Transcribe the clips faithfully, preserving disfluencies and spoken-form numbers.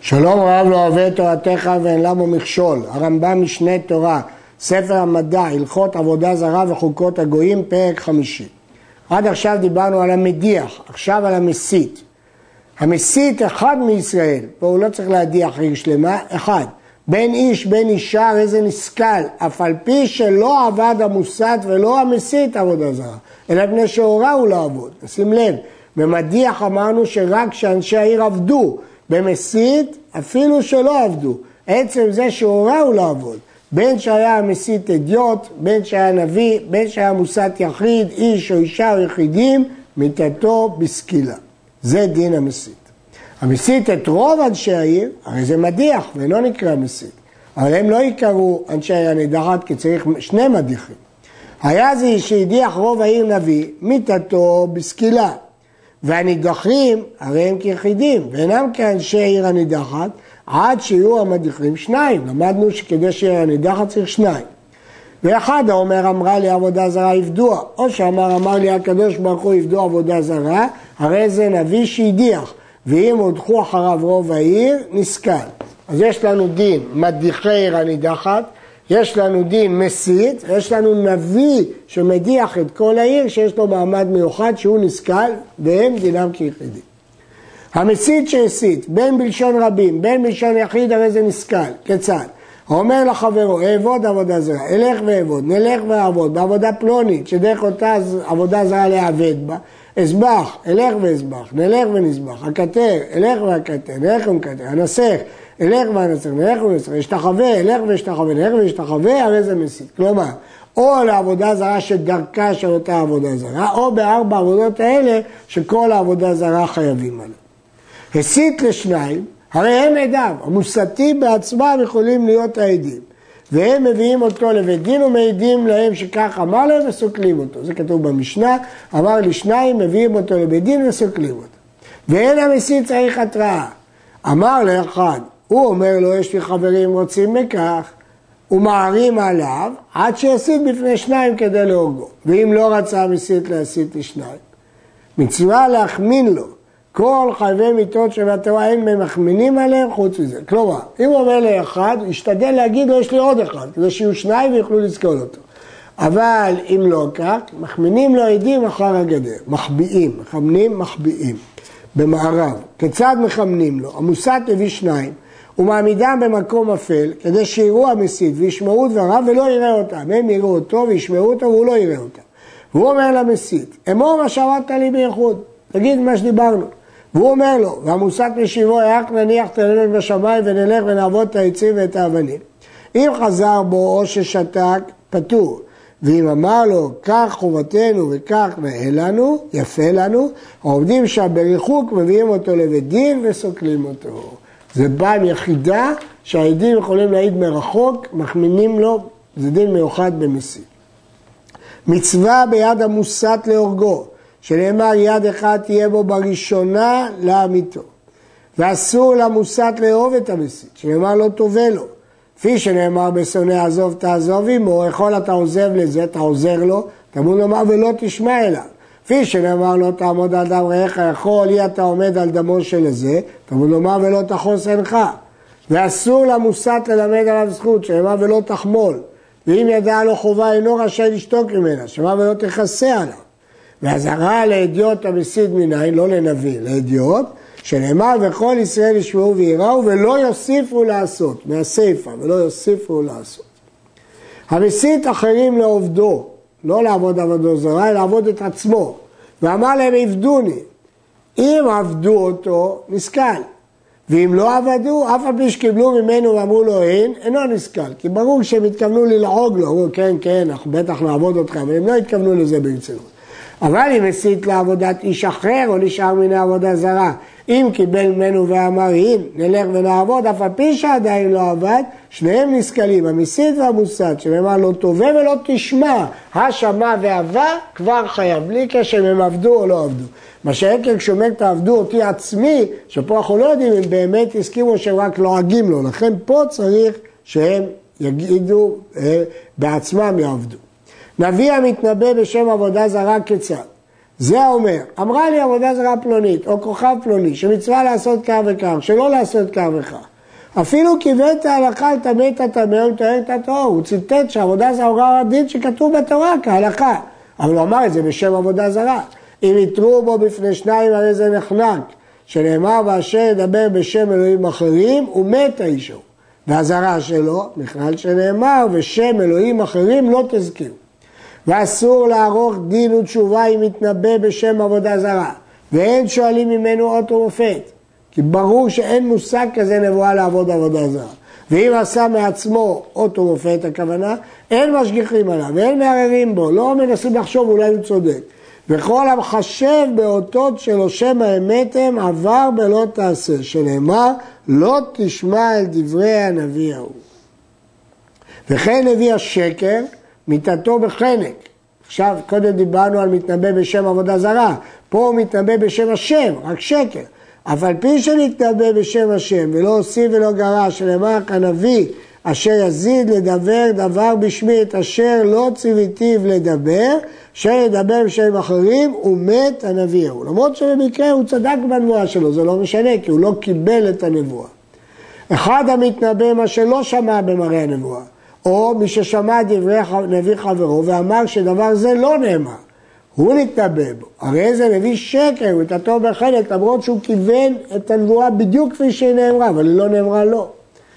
שלום רב לא אוהב את תורתך ואין למו מכשול. הרמב"ם משנה תורה, ספר המדע, הלכות עבודה זרה וחוקות הגויים, פרק חמישי. עד עכשיו דיברנו על המדיח, עכשיו על המסית. המסית אחד מישראל, והוא לא צריך להדיח רגע שלמה, אחד. בין איש, בין אישה, איזה נסכל, אף על פי שלא עבד המוסת ולא המסית עבודה זרה, אלא בני שהורה הוא לא עבוד. שים לב, במדיח אמרנו שרק שאנשי העיר עבדו, במסית אפילו שלא עבדו. עצם זה שהורה הוא לא עבוד. בין שהיה המסית אדיוט, בין שהיה נביא, בין שהיה מוסת יחיד, איש או אישה או יחידים, מיתתו בסקילה. זה דין המסית. המסית את רוב אנשי העיר, הרי זה מדיח ואינו נקרא מסית. אבל הם לא יקראו אנשי העיר הנידחת כי צריך שני מדיחים. היה זה שהדיח רוב העיר נביא, מיתתו בסקילה. והנידחים הרי הם כיחידים, ואינם כאנשי העיר הנידחת, עד שיהיו המדיחים שניים. למדנו שכדי שיהיה הנידחת צריך שניים. ואחד האומר אמרה לי עבודה זרה יפדוע, או שאמר אמר לי הקדוש ברוך הוא יפדוע עבודה זרה, הרי זה נביא שהדיח, ואם הודחו אחריו רוב העיר, נסכל. אז יש לנו דין מדיחי עיר הנידחת, יש לנו דין מסית, יש לנו נביא שמדיח את כל העיר, שיש לו מעמד מיוחד שהוא נסכל, והם דינם כיחידים. המסית שהסית, בין בלשון רבים, בין בלשון יחיד, הרי זה נסכל, כיצד? אומר לחברו, אעבוד עבודה זרה, אלך ואעבוד, נלך ועבוד, בעבודה פלונית, שדרך אותה עבודה זרה לעבד בה, אסבח, אלך ואסבח, נלך ונסבח, הקטר, אלך והקטר, נלך ונקטר, הנסך, אלך והנסך, נלך ונסך, אשתחווה, אלך ואשתחווה, נלך ואשתחווה, הרי זה מסית. כלומר, או לעבודה זרה שדרכה של אותה עבודה זרה, או בארבע עבודות האלה שכל העבודה זרה חייבים עליהם. הסית לשניים, הרי הם עדיו, המוסתים בעצמם יכולים להיות העדים, והם מביאים אותו לבית דין ומעידים להם שכך אמר להם וסוקלים אותו. זה כתוב במשנה, אמר לשניים, מביאים אותו לבית דין וסוקלים אותו. ואין המסית צריך התראה. אמר לאחד, הוא אומר לו, יש לי חברים רוצים מכך, ומערים עליו, עד שיסית בפני שניים כדי להורגו. ואם לא רצה המסית להסית לשניים, מצווה להחמין לו, כל חייבי מיתות שבתורה אין ממחמינים עליהם חוץ מזה. כלומר, אם הוא אומר לאחד, ישתדל להגיד לו יש לי עוד אחד, כדי שיהיו שניים ויוכלו לזכור אותו. אבל אם לא כך, מחמינים לו עדים אחר הגדר, מחביאים, מחמנים, מחביאים. במערב, כיצד מחמנים לו? המוסת הביא שניים, ומעמידם במקום אפל, כדי שיראו המסית וישמעו דבריו ולא יראה אותם. הם יראו אותו וישמעו אותו והוא לא יראה אותם. והוא אומר למסית, אמור מה שאמרת לי בייחוד, תגיד מה שדיברנו. והוא אומר לו, והמוסת משיבו, איך נניח תלמד בשמיים ונלך ונעבוד את העצים ואת האבנים. אם חזר בו או ששתק, פטור. ואם אמר לו, כך חובתנו וכך נאה לנו, יפה לנו, העובדים שם בריחוק מביאים אותו לבית דין וסוקלים אותו. זה פעם יחידה שהעדים יכולים להעיד מרחוק, מחמינים לו, זה דין מיוחד במסית. מצווה ביד המוסת להורגו, שנאמר יד אחד תהיה בו בראשונה לעמיתו. ואסור למוסת לאהוב את המסית, שנאמר לא תובע לו. כפי שנאמר בשונא עזוב תעזוב עמו, יכול אתה עוזב לזה, אתה עוזר לו, תמוד לומר ולא תשמע אליו. כפי שנאמר לא תעמוד על דם רעך, יכול אי אתה עומד על דמו של זה, תמוד לומר ולא תחוס עינך. ואסור למוסת ללמד עליו זכות, שנאמר ולא תחמול. ואם ידע לו חובה אינו רשאי לשתוק ממנה, שנאמר ולא תכסה עליו. והזהרה לאדיוט המסית מניין, לא לנביא, לאדיוט, שנאמר וכל ישראל ישמעו ויראו ולא יוסיפו לעשות, מהסיפה, ולא יוסיפו לעשות. המסית אחרים לעובדו, לא לעבוד עבודו זרה, אלא לעבוד את עצמו. ואמר להם עבדוני, אם עבדו אותו, נסכל. ואם לא עבדו, אף על פי שקיבלו ממנו ואמרו לו אין, אינו נסכל. כי ברור שהם התכוונו ללעוג לו, הוא כן, כן, אנחנו בטח נעבוד אותך, אבל הם לא התכוונו לזה ברצינות. אבל אם מסית לעבודת איש אחר או נשאר מן העבודה זרה, אם קיבל ממנו ואמר הנה נלך ונעבוד, אף על פי שעדיין לא עבד, שניהם נסכלים, המסית והמוסת, שנאמר לא תובע ולא תשמע, השמע ועבד כבר חייב, בלי קשר אם הם עבדו או לא עבדו. מה שהקל כשאומר תעבדו אותי עצמי, שפה אנחנו לא יודעים אם באמת הסכימו שהם רק לועגים לו, לכן פה צריך שהם יגידו בעצמם יעבדו. נביא המתנבא בשם עבודה זרה כיצד? זה אומר, אמרה לי עבודה זרה פלונית, או כוכב פלוני, שמצווה לעשות כך וכך, שלא לעשות כך וכך. אפילו קיבל את ההלכה לטמא את הטמא ולטהר את הטהור. הוא ציטט שעבודה זרה הוא הדין שכתוב בתורה כהלכה. אבל הוא אמר את זה בשם עבודה זרה. אם יתרו בו בפני שניים הרי זה נחנק. שנאמר ואשר ידבר בשם אלוהים אחרים, הוא מת האיש ההוא. והזרה שלו, נכלל שנאמר, ושם אלוהים אחרים לא תזכירו. ואסור לערוך דין ותשובה אם יתנבא בשם עבודה זרה. ואין שואלים ממנו אות ומופת. כי ברור שאין מושג כזה נבואה לעבוד עבודה זרה. ואם עשה מעצמו אות ומופת הכוונה, אין משגיחים עליו, ואין מערערים בו, לא מנסים לחשוב אולי הוא צודק. וכל המחשב באותות שלו שם האמת הם עבר בלא תעשה, שנאמר לא תשמע אל דברי הנביא ההוא. וכן נביא השקר מיתתו בחנק. עכשיו קודם דיברנו על מתנבא בשם עבודה זרה, פה הוא מתנבא בשם השם, רק שקר. אבל פי שנתנבא בשם השם ולא הוסיף ולא גרע, שנאמר כנביא אשר יזיד לדבר דבר בשמי את אשר לא ציוויתיו לדבר, אשר ידבר בשם אחרים, הוא מת הנביא ההוא. למרות שבמקרה הוא צדק בנבואה שלו, זה לא משנה, כי הוא לא קיבל את הנבואה. אחד המתנבא מה שלא שמע במראה הנבואה, או מי ששמע דברי נביא חברו ואמר שדבר זה לא נאמר, הוא נתנבא בו. הרי זה נביא שקר, הוא יתתו בחנק, למרות שהוא כיוון את הנבואה בדיוק כפי שהיא נאמרה, אבל היא לא נאמרה לו.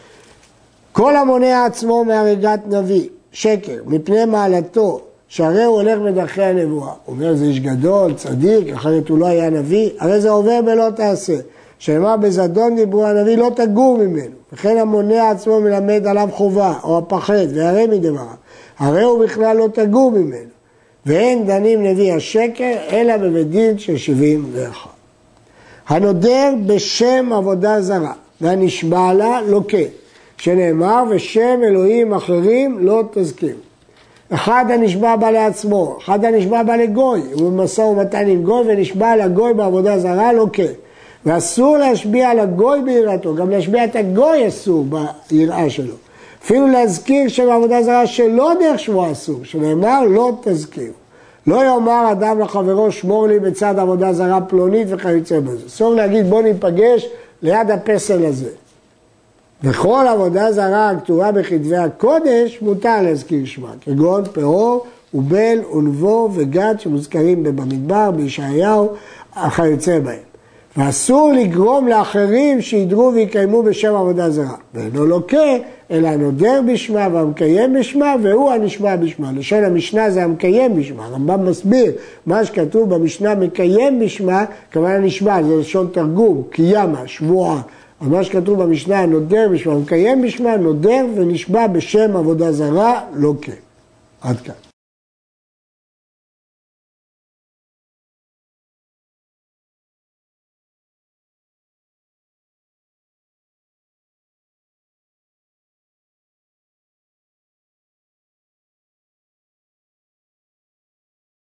כל המונע עצמו מהריגת נביא, שקר, מפני מעלתו, שהרי הוא הולך בדרכי הנבואה. הוא אומר, זה איש גדול, צדיק, אחרת הוא לא היה נביא, הרי זה עובר בלא תעשה. שאמר בזדון דיברו הנביא, לא תגור ממנו. וכן המונע עצמו מלמד עליו חובה, או הפחד, והרי מדבריו. הרי הוא בכלל לא תגור ממנו. ואין דנים נביא השקר, אלא בבית דין של שבעים ואחת. הנודר בשם עבודה זרה, והנשבע לה לוקה. שנאמר, ושם אלוהים אחרים לא תזכיר. אחד הנשבע בא לעצמו, אחד הנשבע בא לגוי, הוא במשא ומתן עם גוי ונשבע לגוי בעבודה זרה לוקה. ואסור להשביע על הגוי ביראתו, גם להשביע את הגוי אסור ביראה שלו. אפילו להזכיר שבעבודה זרה שלא דרך שבוע אסור, שנאמר לא תזכיר. לא יאמר אדם לחברו שמור לי בצד עבודה זרה פלונית וכיוצא בזה. אסור להגיד בוא ניפגש ליד הפסל הזה. וכל עבודה זרה הכתובה בכתבי הקודש מותר להזכיר שמה, כגון פאור ובל ונבו וגד שמוזכרים במדבר, בישעיהו, כיוצא בהם. ואסור לגרום לאחרים שידרו ויקיימו בשם עבודה זרה. ואינו לוקה, אלא נודר בשמה והמקיים בשמה, והוא הנשבע בשמה. לשון המשנה זה המקיים בשמה. הרמב"ם מסביר, מה שכתוב במשנה מקיים בשמה, כמובן הנשבע, זה לשון תרגום, קיימה, שבועה. אז מה שכתוב במשנה, נודר בשמה, המקיים בשמה, נודר ונשבע בשם עבודה זרה, לוקה. עד כאן.